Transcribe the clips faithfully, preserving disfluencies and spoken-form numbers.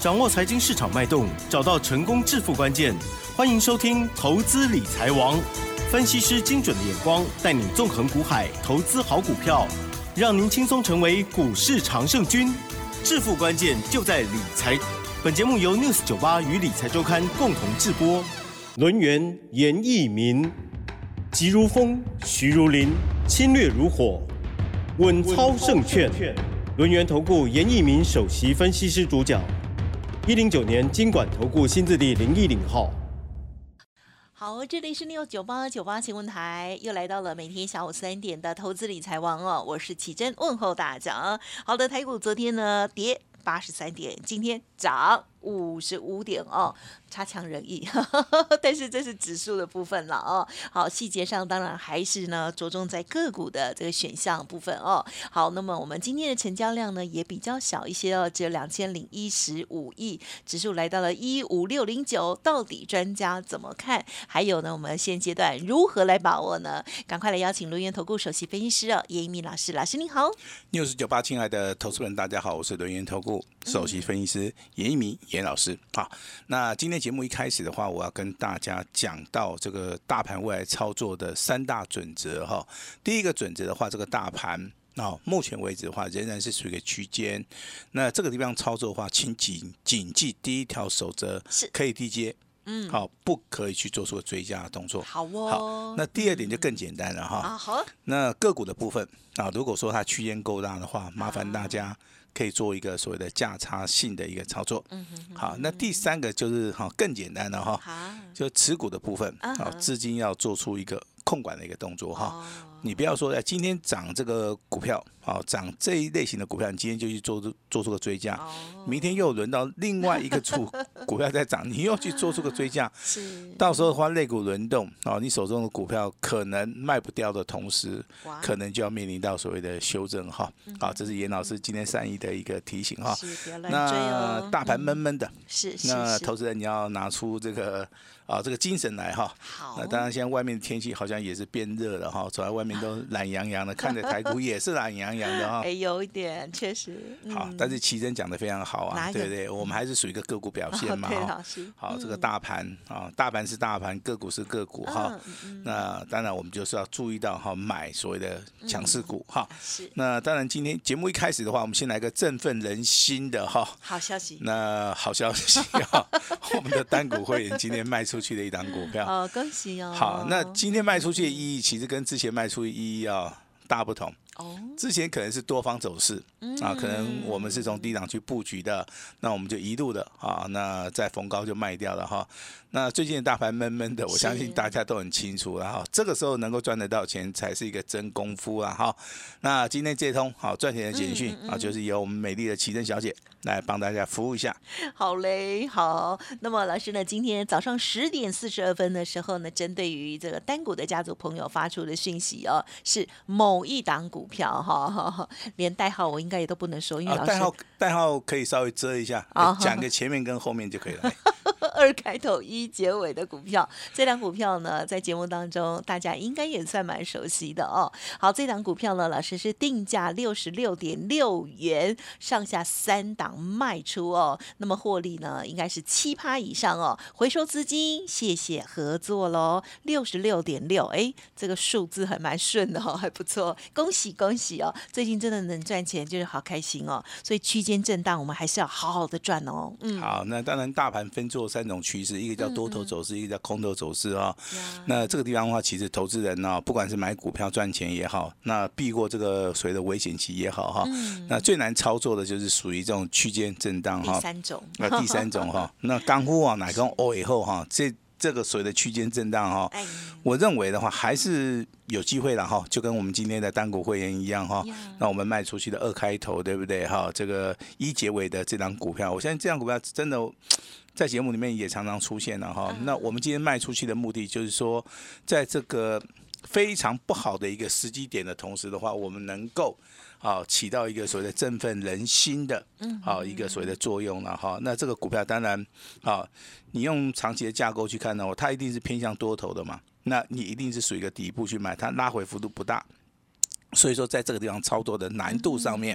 掌握财经市场脉动，找到成功致富关键。欢迎收听《投资理财王》，分析师精准的眼光，带你纵横股海，投资好股票，让您轻松成为股市常胜军。致富关键就在理财。本节目由 News 九十八与理财周刊共同制播。轮源严义民，急如风，徐如林，侵略如火，稳操胜券。轮源投顾严义民首席分析师主讲。一零九年金管投顾新字第零一零号。 好，这里是六九八九八新闻台，又来到了每天下午三点的投资理财王哦，我是启珍，问候大家。好的，台股昨天呢跌八十三点，今天涨五十五点哦，差强人意，但是这是指数的部分了哦。好，细节上当然还是呢着重在个股的这个选项部分哦。好，那么我们今天的成交量呢也比较小一些哦，只有两千零一十五亿，指数来到了一五六零九，到底专家怎么看？还有呢，我们现阶段如何来把握呢？赶快来邀请轮源投顾首席分析师哦，叶一鸣老师，老师您好。 News 九十八，亲爱的投资人，大家好，我是轮源投顾首席分析师叶一鸣叶老师。好，那今天节目一开始的话，我要跟大家讲到这个大盘未来操作的三大准则哈。第一个准则的话，这个大盘哦，目前为止的话，仍然是属于一个区间。那这个地方操作的话，请谨谨记第一条守则，是可以低接。嗯，好，不可以去做出追加的动作。 好哦。 好，那第二点就更简单了哈。啊，好。那个股的部分啊，如果说它区间够大的话，麻烦大家可以做一个所谓的价差性的一个操作。嗯哼哼。好，那第三个就是哈更简单了哈，就持股的部分，好，资金要做出一个控管的一个动作哈。你不要说哎，今天涨这个股票，好涨这一类型的股票，你今天就去做做出个追加，明天又轮到另外一个股股票在涨，你又去做出个追加，到时候的话类股轮动，哦，你手中的股票可能卖不掉的同时，可能就要面临到所谓的修正哈。好，这是严老师今天善意的一个提醒哈。那大盘闷闷的， 是那投资人你要拿出这个啊这个精神来哈。好，那当然现在外面的天气好像也是变热了哈，走在外面都懒洋洋的，看着台股也是懒洋洋的哈。 哎，有一点确实。 嗯、好，但是奇珍讲的非常好啊，对不对？我们还是属于一个个股表现嘛。 哦、 好，嗯、这个大盘啊，大盘是大盘，个股是个股哈。嗯、那当然我们就是要注意到哈，买所谓的强势股哈。是。那当然今天节目一开始的话，我们先来个振奋人心的哈。 好消息。 那好消息哈，我们的单股会员今天卖出去的一档股票。 哦，恭喜哦。 好，那今天卖出去的意义其实跟之前卖出的意义啊大不同。哦，之前可能是多方走势、嗯、啊，可能我们是从低档去布局的，那我们就一路的啊，那在逢高就卖掉了哈。那最近的大盘闷闷的，我相信大家都很清楚了哈。这个时候能够赚得到钱才是一个真功夫啦哈。那今天这通好赚钱的简讯、嗯嗯、啊，就是由我们美丽的奇珍小姐来帮大家服务一下。 好嘞，好。那么老师呢，今天早上十点四十二分的时候呢，针对于这个单股的家族朋友发出的讯息哦，是某一档股票哈，连代号我应该也都不能说，因为老师、 啊、代号代号可以稍微遮一下，讲、哦、个前面跟后面就可以了。 二开头一结尾的股票，这档股票呢，在节目当中大家应该也算蛮熟悉的哦。好，这档股票呢，老师是定价六十六点六元，上下三档卖出哦。那么获利呢，应该是七趴以上哦。回收资金，谢谢合作喽。六十六点六，哎，这个数字还蛮顺的哦，还不错，恭喜恭喜哦！最近真的能赚钱，就是好开心哦。所以区间震荡，我们还是要好好的赚哦。嗯， 好，那当然大盘分做三种趋势，一个叫多头走势，嗯嗯一个叫空头走势啊、哦。那这个地方的话，其实投资人呢、哦，不管是买股票赚钱也好，那避过这个所谓的危险期也好哈、嗯，那最难操作的就是属于这种区间震荡哈。 第三种， 那第三种哈，那港股啊，哪跟欧以后哈，这这个所谓的区间震荡哈，我认为的话还是有机会了哈，就跟我们今天的单股会员一样哈，那我们卖出去的二开头对不对哈？这个一结尾的这档股票，我相信这档股票真的在节目里面也常常出现了哈。那我们今天卖出去的目的就是说，在这个非常不好的一个时机点的同时的话，我们能够啊起到一个所谓的振奋人心的啊一个所谓的作用了哈。那这个股票当然啊，你用长期的架构去看呢，它一定是偏向多头的嘛。那你一定是属于一个底部去买，它拉回幅度不大，所以说在这个地方操作的难度上面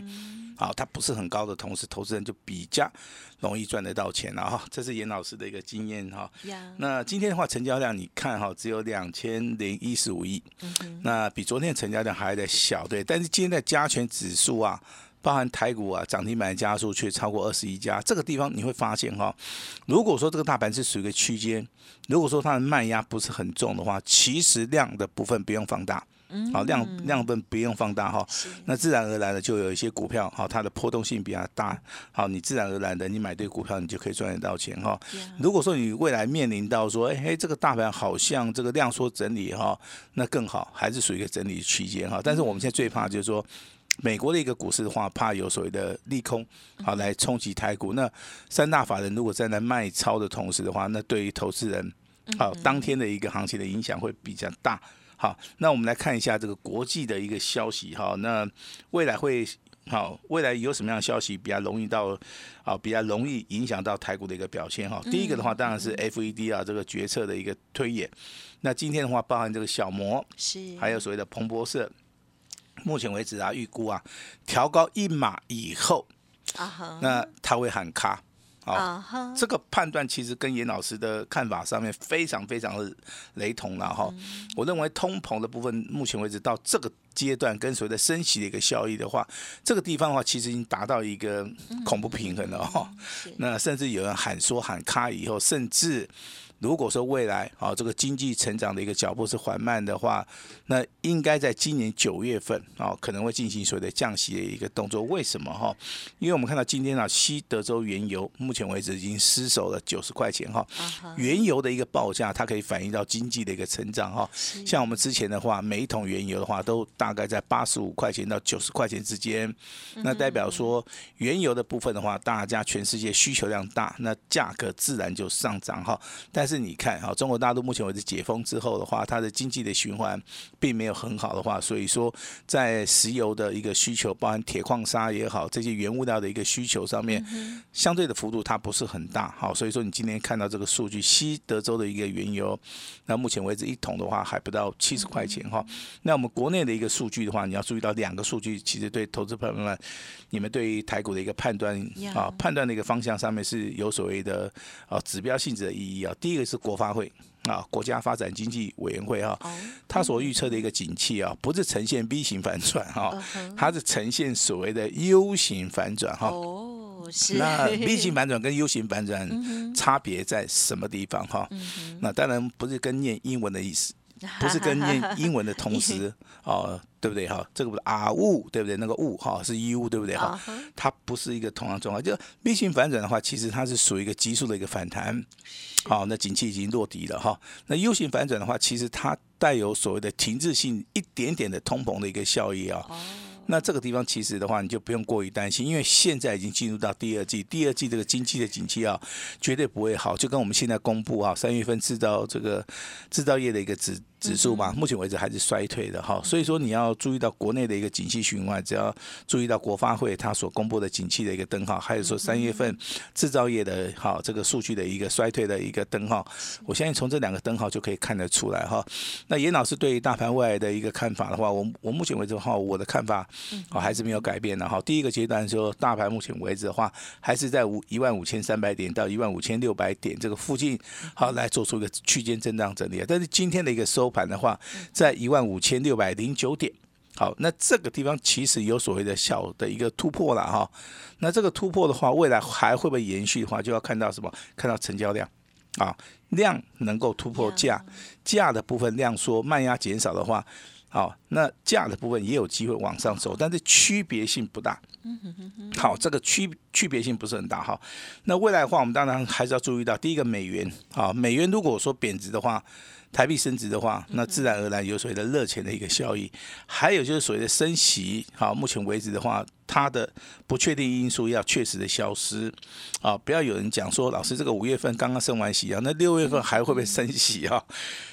好，它不是很高的同时，投资人就比较容易赚得到钱了哈。这是严老师的一个经验哈。那今天的话，成交量你看哈，只有两千零一十五亿，那比昨天的成交量还在小，对。但是今天的加权指数啊，包含台股啊，涨停板的家数却超过二十一家。这个地方你会发现哈，如果说这个大盘是属于一个区间，如果说它的卖压不是很重的话，其实量的部分不用放大。好，量量分不用放大哈，那自然而然的就有一些股票，好，它的波动性比较大，好，你自然而然的你买对股票，你就可以赚得到钱哈。如果说你未来面临到说，哎，这个大盘好像这个量缩整理哈，那更好，还是属于一个整理区间哈。但是我们现在最怕就是说，美国的一个股市的话，怕有所谓的利空，好来冲击台股。那三大法人如果在那卖超的同时的话，那对于投资人，好，当天的一个行情的影响会比较大。好，那我们来看一下这个国际的一个消息哈。那未来会好，未来有什么样的消息比较容易到啊，比较容易影响到台股的一个表现哈？第一个的话，当然是 F E D 啊这个决策的一个推演。那今天的话，包含这个小摩，是还有所谓的彭博社，目前为止啊，预估啊调高一码以后，啊、那他会喊卡。好， uh-huh. 这个判断其实跟严老师的看法上面非常非常的雷同了哈。嗯、我认为通膨的部分，目前为止到这个阶段跟所谓的升息的一个效益的话，这个地方的话其实已经达到一个恐怖平衡了哈。嗯、那甚至有人喊说喊卡以后，甚至如果说未来啊这个经济成长的一个脚步是缓慢的话，那应该在今年九月份啊可能会进行所谓的降息的一个动作。为什么哈？因为我们看到今天啊西德州原油目前为止已经失守了九十块钱哈。原油的一个报价它可以反映到经济的一个成长哈。像我们之前的话，每一桶原油的话都大概在八十五块钱到九十块钱之间，那代表说原油的部分的话，大家全世界需求量大，那价格自然就上涨哈。但是是你看中国大陆目前为止解封之后的话，它的经济的循环并没有很好的话，所以说在石油的一个需求，包含铁矿砂也好，这些原物料的一个需求上面，相对的幅度它不是很大。好，所以说你今天看到这个数据，西德州的一个原油，那目前为止一桶的话还不到七十块钱哈。那我们国内的一个数据的话，你要注意到两个数据，其实对投资朋友们，你们对于台股的一个判断啊，判断的一个方向上面是有所谓的啊指标性质的意义啊。第一个是国发会啊，国家发展经济委员会哈，它所预测的一个景气啊，不是呈现 V 型反转哈，它是呈现所谓的 U 型反转哈。那 V 型反转跟 U 型反转差别在什么地方哈？那当然不是跟念英文的意思。不是跟念英文的同时哦，对不对哈？这个不是啊物，对不对？那个物哈是 U， 对不对哈？它不是一个同样状况。就 V 型反转的话，其实它是属于一个急速的一个反弹，好，那景气已经落底了哈。那 U 型反转的话，其实它带有所谓的停滞性一点点的通膨的一个效益啊。那这个地方其实的话，你就不用过于担心，因为现在已经进入到第二季，第二季这个经济的景气啊，绝对不会好，就跟我们现在公布啊，三月份制造这个制造业的一个指指数嘛，目前为止还是衰退的哈，所以说你要注意到国内的一个景气循环，只要注意到国发会它所公布的景气的一个灯号，还有说三月份制造业的哈这个数据的一个衰退的一个灯号，我相信从这两个灯号就可以看得出来哈。那严老师对于大盘未来的一个看法的话，我我目前为止的话，我的看法好还是没有改变的哈。第一个阶段说，大盘目前为止的话，还是在一万五千三百点到一万五千六百点这个附近，好来做出一个区间震荡整理。但是今天的一个收盘的话，在一万五千六百零九点。好，那这个地方其实有所谓的小的一个突破了哈。那这个突破的话，未来还会不会延续的话，就要看到什么？看到成交量啊，量能够突破价，价的部分量缩，卖压减少的话。好，那价的部分也有机会往上走，但是区别性不大。好，这个区区别性不是很大哈。那未来的话，我们当然还是要注意到，第一个美元啊，美元如果说贬值的话，台币升值的话，那自然而然有所谓的热钱的一个效益。还有就是所谓的升息，好，目前为止的话，它的不确定因素要确实的消失啊，不要有人讲说，老师这个五月份刚刚升完息啊，那六月份还会不会升息啊？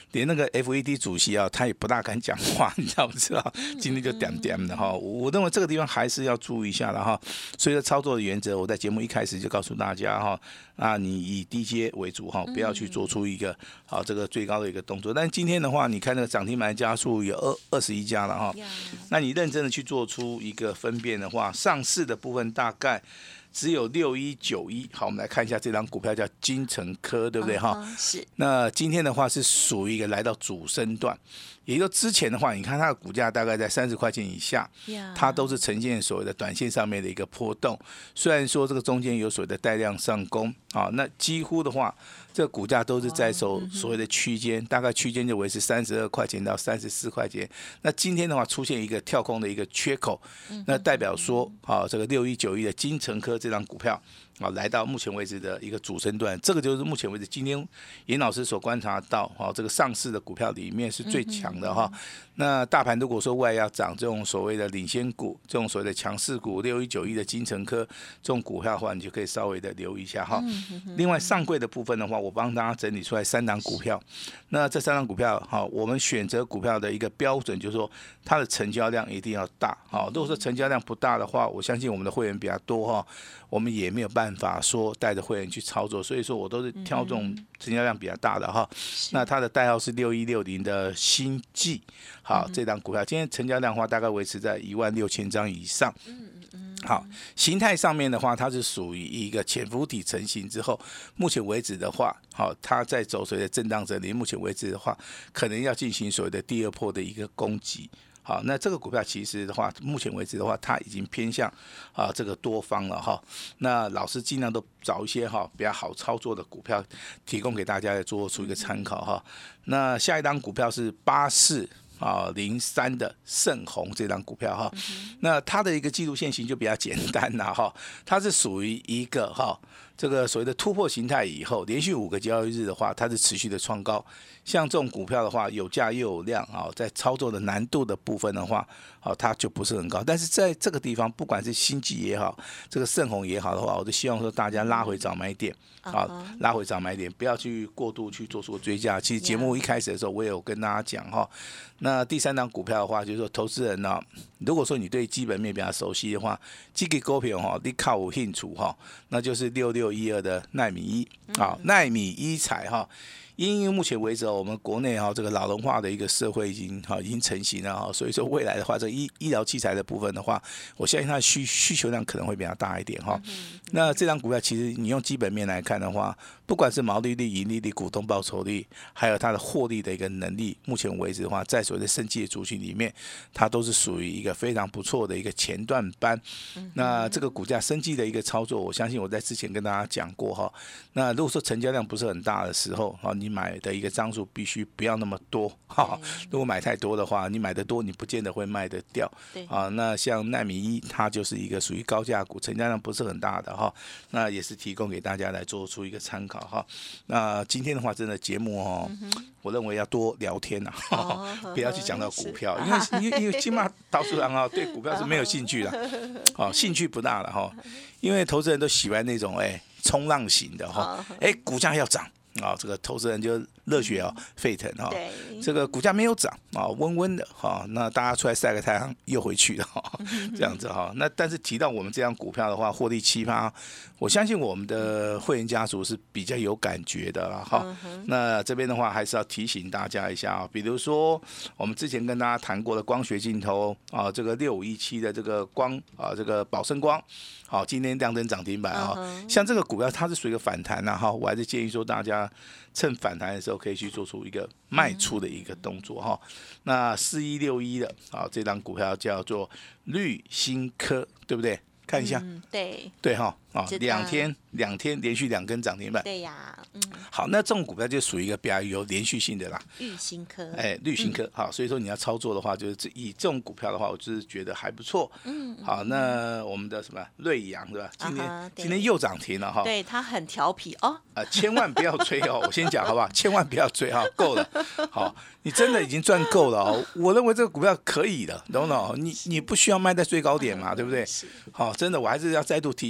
连那个 F E D 主席啊，他也不大敢讲话，你知道不知道？今天就点点的哈，我认为这个地方还是要注意一下了哈。所以说操作的原则，我在节目一开始就告诉大家哈，啊，你以低阶为主哈，不要去做出一个好这个最高的一个动作。但今天的话，你看那个涨停板家数有二二十一家了哈，那你认真的去做出一个分辨的话，上市的部分大概只有六一九一。好，我们来看一下这张股票叫精诚科，对不对哈？ uh-huh, 是。 那今天的话是属于一个来到主升段，也就是之前的话，你看它的股价大概在三十块钱以下， yeah. 它都是呈现所谓的短线上面的一个波动。虽然说这个中间有所谓的带量上攻啊，那几乎的话，这个股价都是在走所谓的区间，大概区间就维持三十二块钱到三十四块钱。那今天的话出现一个跳空的一个缺口，那代表说啊，这个六一九一的精诚科这张股票啊，来到目前为止的一个主升段，这个就是目前为止今天严老师所观察到啊，这个上市的股票里面是最强的哈。那大盘如果说未来要涨这种所谓的领先股，这种所谓的强势股，六一九一的精诚科这种股票的话，你就可以稍微的留意一下哈。另外上柜的部分的话，我帮大家整理出来三档股票。那这三档股票哈，我们选择股票的一个标准就是说，它的成交量一定要大。好，如果说成交量不大的话，我相信我们的会员比较多哈，我们也没有办法说带着会员去操作，所以说我都是挑这种成交量比较大的哈。那它的代号是六一六零的新纪。好，这档股票今天成交量的话，大概维持在一万六千张以上。好，形态上面的话，它是属于一个潜伏体成型之后，目前为止的话，好，它在走所谓的震荡整理，目前为止的话，可能要进行所谓的第二波的一个攻击。好，那这个股票其实的话，目前为止的话，它已经偏向啊这个多方了哈。那老师尽量都找一些哈比较好操作的股票，提供给大家来做出一个参考哈。那下一档股票是八四。啊，零三的盛虹这张股票哈，那它的一个季度线型就比较简单啦哈，它是属于一个哈这个所谓的突破形态以后，连续五个交易日的话，它是持续的创高。像这种股票的话，有价又有量啊，在操作的难度的部分的话，啊，它就不是很高。但是在这个地方，不管是新纪也好，这个盛虹也好的话，我都希望说大家拉回早买点，啊，拉回早买点，不要去过度去做出追加。其实节目一开始的时候，我也有跟大家讲哈。那第三档股票的话，就是说投资人呢、啊，如果说你对基本面比较熟悉的话，这个股票哈，你靠有兴趣哈，那就是六六一二的奈米一啊，奈米一材哈。因为目前为止，我们国内哈这个老龄化的一个社会已经哈已经成型了哈，所以说未来的话，这医医疗器材的部分的话，我相信它的需需求量可能会比较大一点哈。那这张股票其实你用基本面来看的话，不管是毛利率、盈利率、股东报酬率，还有它的获利的一个能力，目前为止的话，在所谓的生技的族群里面，它都是属于一个非常不错的一个前段班。那这个股价生技的一个操作，我相信我在之前跟大家讲过哈。那如果说成交量不是很大的时候，哈，你买的一个张数必须不要那么多哈。如果买太多的话，你买的多，你不见得会卖得掉。啊，那像奈米一，它就是一个属于高价股，成交量不是很大的哈。那也是提供给大家来做出一个参考哈。那今天的话，真的节目哦，嗯、我认为要多聊天呐、啊哦，不要去讲到股票，因为因为因为起码投资人啊对股票是没有兴趣的，哦，兴趣不大了哈。因为投资人都喜欢那种哎冲浪型的哈，哎股价要涨啊、哦，这个投资人就热血哦沸腾哈、哦。这个股价没有涨啊、哦，温温的哈、哦，那大家出来晒个太阳又回去了哈、哦，这样子哈、哦。那但是提到我们这样股票的话，获利七趴，我相信我们的会员家族是比较有感觉的了哈、哦。那这边的话还是要提醒大家一下啊，比如说我们之前跟大家谈过的光学镜头啊，这个六五一七的这个光啊，这个宝生光。好，今天亮灯涨停板啊、哦， uh-huh. 像这个股票它是属于一个反弹呐、啊，哈，我还是建议说大家趁反弹的时候可以去做出一个卖出的一个动作哈、uh-huh. 那四一六一的啊，这张股票叫做绿新科，对不对？看一下， 嗯、对对哈啊，两天两天连续两根涨停板， 对呀，嗯， 好，那这种股票就属于一个比较有连续性的啦， 绿新科， 哎，绿新科、嗯，好，所以说你要操作的话，就是这以这种股票的话，我就是觉得还不错，嗯，好，那我们的什么瑞阳对吧？今天、啊、今天又涨停了哈， 对，它很调皮哦， 啊、呃，千万不要追哦，我先讲好不好？千万不要追哈，够了，好，你真的已经赚够了哦，我认为这个股票可以的，懂不懂？你你不需要卖在最高点嘛，对不对？好，真的，我还是要再度提醒一下，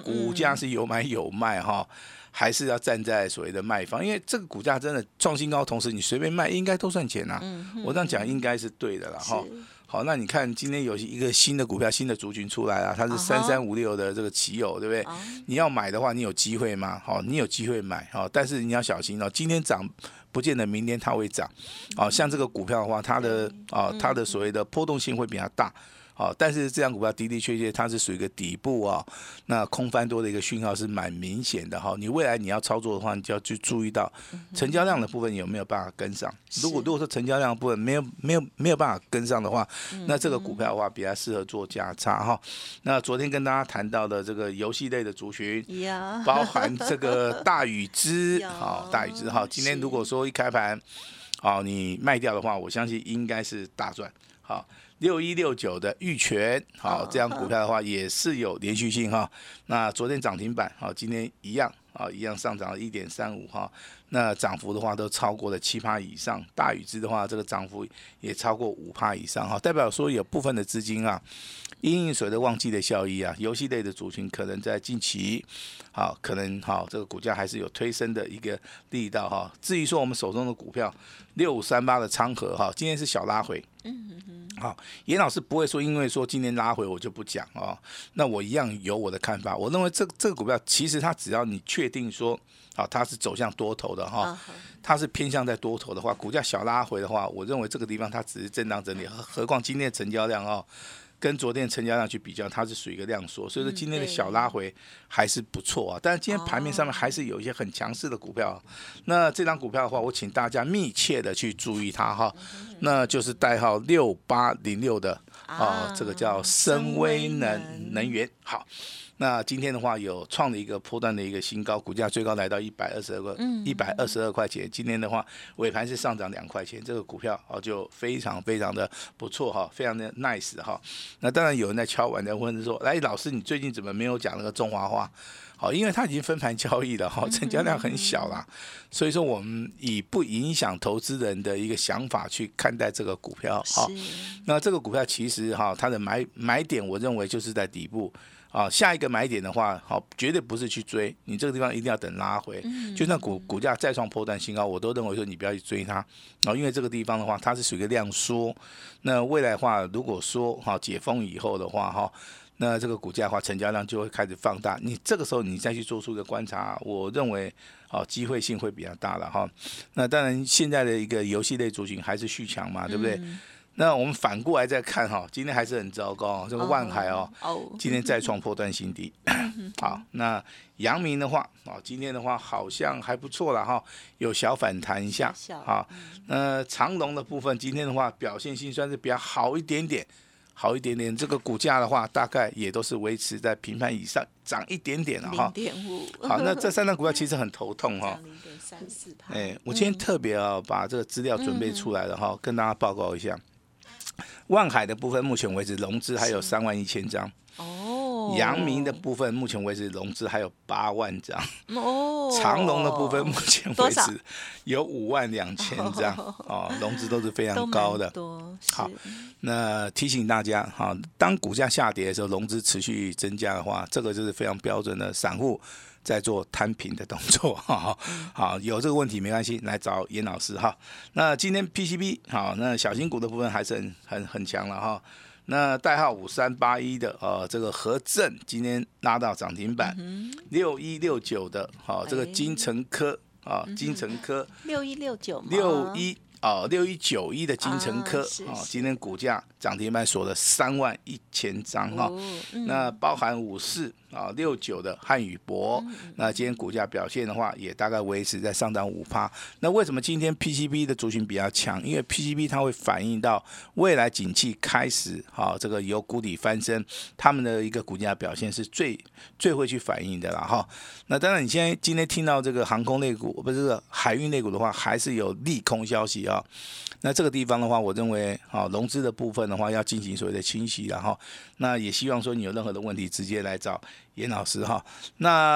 股价是有买有卖哈，还是要站在所谓的卖方？因为这个股价真的创新高，同时你随便卖应该都赚钱啊。我这样讲应该是对的啦哈。好，那你看今天有一个新的股票、新的族群出来了，它是三三五六的这个奇友，对不对？ Uh-huh. 你要买的话，你有机会吗？好，你有机会买，好，但是你要小心哦。今天涨，不见得明天它会涨。好，像这个股票的话，它的啊，它的所谓的波动性会比较大。好，但是这张股票的的确确它是属于一个底部啊、哦，那空翻多的一个讯号是蛮明显的哈。你未来你要操作的话，你就要去注意到成交量的部分有没有办法跟上。如果如果说成交量的部分没有没有没有办法跟上的话，那这个股票的话比较适合做价差哈。那昨天跟大家谈到的这个游戏类的族群，包含这个大宇资，好，大宇资哈。今天如果说一开盘，好，你卖掉的话，我相信应该是大赚。好。六一六九的玉泉，好，这样股票的话也是有连续性哈。那昨天涨停板，好，今天一样啊，一样上涨了 一点三五 哈。那涨幅的话都超过了 百分之七 以上，大宇资的话这个涨幅也超过 百分之五 以上哈，代表说有部分的资金啊，因应随着旺季的效益啊，游戏类的族群可能在近期，好，可能好这个股价还是有推升的一个力道哈。至于说我们手中的股票六五三八的昌河哈，今天是小拉回，嗯嗯嗯，好，严老师不会说因为说今天拉回我就不讲哦，那我一样有我的看法，我认为这这个股票其实它只要你确定说。好，它是走向多头的哈，它是偏向在多头的话，股价小拉回的话，我认为这个地方它只是震荡整理，何况今天的成交量哦，跟昨天的成交量去比较，它是属于一个量缩，所以说今天的小拉回还是不错啊。但是今天盘面上面还是有一些很强势的股票，那这张股票的话，我请大家密切的去注意它哈，那就是代号六八零六的啊，这个叫深威能能源，好。那今天的话有创了一个波段的一个新高，股价最高来到一百二十二个一百二十二块钱。今天的话尾盘是上涨两块钱，这个股票哦就非常非常的不错哈，非常的 nice 哈。那当然有人在敲碗在问说，哎，老师你最近怎么没有讲那个中华化？好，因为它已经分盘交易了哈，成交量很小啦，所以说我们以不影响投资人的一个想法去看待这个股票哈。那这个股票其实哈，它的买买点我认为就是在底部。啊，下一个买点的话，好，绝对不是去追，你这个地方一定要等拉回。嗯、就算股股价再创波段新高，我都认为说你不要去追它，啊，因为这个地方的话，它是属于一个量缩。那未来的话，如果说哈解封以后的话，哈，那这个股价的话，成交量就会开始放大。你这个时候你再去做出一个观察，我认为啊机会性会比较大了哈。那当然，现在的一个游戏类族群还是续强嘛，对不对？嗯，那我们反过来再看哈，今天还是很糟糕，这个万海哦，今天再创波段新低。好，那阳明的话，哦，今天的话好像还不错了哈，有小反弹一下。好，那长荣的部分今天的话表现性算是比较好一点点，好一点点。这个股价的话，大概也都是维持在平盘以上，涨一点点了哈。零点五。好，那这三张股票其实很头痛哈。零点三四趴。哎，我今天特别啊把这个资料准备出来了哈，跟大家报告一下。万海的部分目前为止融资还有三万一千张哦，阳明的部分目前为止融资还有八万张哦，长荣的部分目前为止有五万两千张哦，融资都是非常高的。好，那提醒大家哈，当股价下跌的时候，融资持续增加的话，这个就是非常标准的散户在做摊平的动作，好，好，有这个问题没关系，来找严老师哈。那今天 P C B 好，那小型股的部分还是很很很强了哈。那代号五三八一的呃这个和正今天拉到涨停板，六一六九的好这个金城科啊金城科六一六九六一哦六一九一的金城科啊、哦，今天股价涨停板锁了三万一千张哈、哦嗯，那包含五四啊六九的汉语博、嗯，那今天股价表现的话，也大概维持在上涨五趴。那为什么今天 P C B 的族群比较强？因为 P C B 它会反映到未来景气开始，好、哦、这个由谷底翻身，他们的一个股价表现是最最会去反映的啦哈、哦。那当然，你现在今天听到这个航空类股，不是这个海运类股的话，还是有利空消息啊、哦。那这个地方的话，我认为啊，融资的部分的话，要进行所谓的清洗，然后，那也希望说你有任何的问题，直接来找严老师哈。那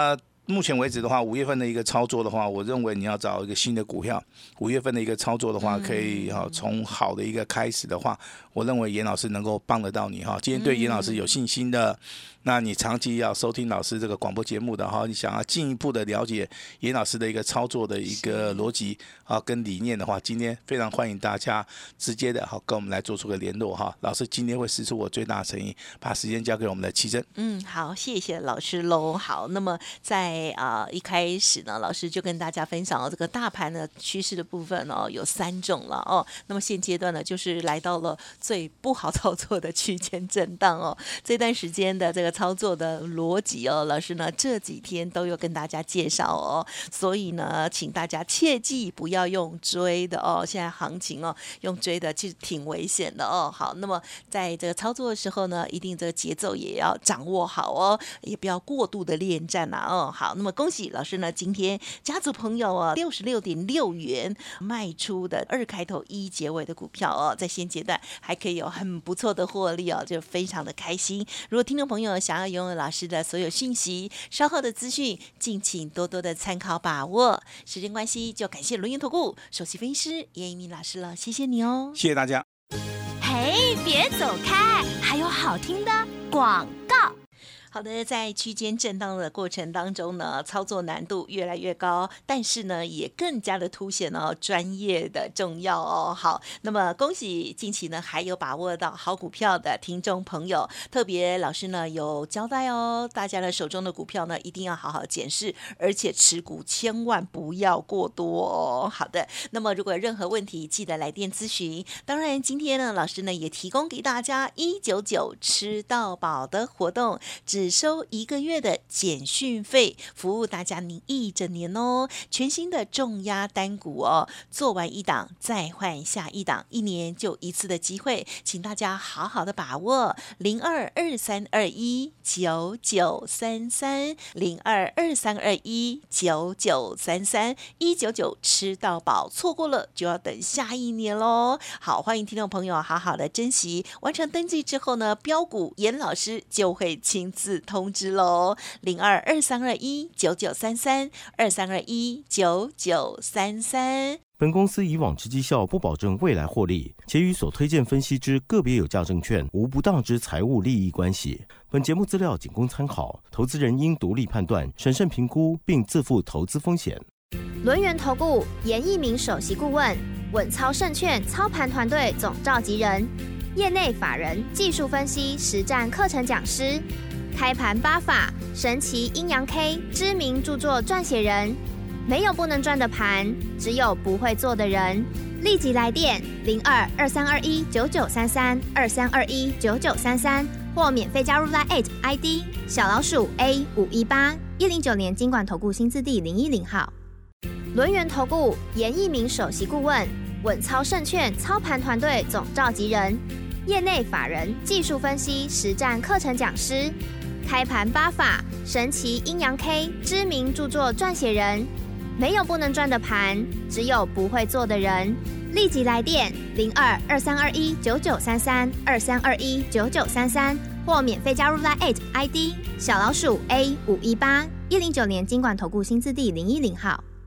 目前为止的话，五月份的一个操作的话，我认为你要找一个新的股票。五月份的一个操作的话，可以哈从好的一个开始的话，我认为严老师能够帮得到你哈。今天对严老师有信心的，那你长期要收听老师这个广播节目的哈，你想要进一步的了解严老师的一个操作的一个逻辑啊跟理念的话，今天非常欢迎大家直接的哈跟我们来做出个联络哈。老师今天会使出我最大的诚意，把时间交给我们的奇珍。 嗯，好，谢谢老师喽。好，那么在啊、呃、一开始呢，老师就跟大家分享了这个大盘的趋势的部分哦，有三种了哦。那么现阶段呢，就是来到了最不好操作的区间震荡哦。这段时间的这个操作的逻辑哦，老师呢这几天都有跟大家介绍哦，所以呢，请大家切记不要用追的哦。现在行情哦，用追的其实挺危险的哦。好，那么在这个操作的时候呢，一定这个节奏也要掌握好哦，也不要过度的恋战啊哦。好，那么恭喜老师呢，今天家族朋友哦，六十六点六元卖出的二开头一结尾的股票哦，在现阶段还可以有很不错的获利哦，就非常的开心。如果听众朋友想要拥有老师的所有讯息，稍后的资讯，敬请多多的参考把握。时间关系，就感谢轮源投顾首席分析师严一鸣老师了，谢谢你哦， 谢谢大家。 嘿，别走开，还有好听的广告。 好的，在区间震荡的过程当中呢，操作难度越来越高，但是呢，也更加的凸显哦专业的重要哦。好，那么恭喜近期呢还有把握到好股票的听众朋友，特别老师呢有交代哦，大家的手中的股票呢一定要好好检视，而且持股千万不要过多哦。好的，那么如果有任何问题，记得来电咨询。当然，今天呢，老师呢也提供给大家一九九吃到饱的活动，只收一个月的简讯费，服务大家您一整年哦。全新的重压单股哦，做完一档再换下一档，一年就一次的机会，请大家好好的把握。零二二三二一九九三三零二二三二一九九三三一九九吃到饱，错过了就要等下一年喽。好，欢迎听众朋友好好的珍惜，完成登记之后呢，标股严老师就会亲自通知喽，零二二三二一九九三三二三二一九九三三。 本公司以往之绩效不保证未来获利，且与所推荐分析之个别有价证券无不当之财务利益关系。本节目资料仅供参考，投资人应独立判断、审慎评估，并自负投资风险。 轮源投顾严一鸣首席顾问，稳操胜券操盘团队总召集人，业内法人、技术分析实战课程讲师。开盘八法、神奇阴阳 K 知名著作撰写人，没有不能赚的盘，只有不会做的人。立即来电零二二三二一九九三三二三二一九九三三，或免费加入 LINE I D 小老鼠 A 五一八一零九年金管投顾新字第零一零号。轮源投顾严一鸣首席顾问，稳操胜券操盘团队总召集人，业内法人、技术分析实战课程讲师。开盘八法、神奇阴阳 K 知名著作撰写人，没有不能赚的盘，只有不会做的人。立即来电零二二三二一九九三三二三二一九九三三，或免费加入 LINE I D 小老鼠 A 五一八一零九年金管投顾新字第零一零号。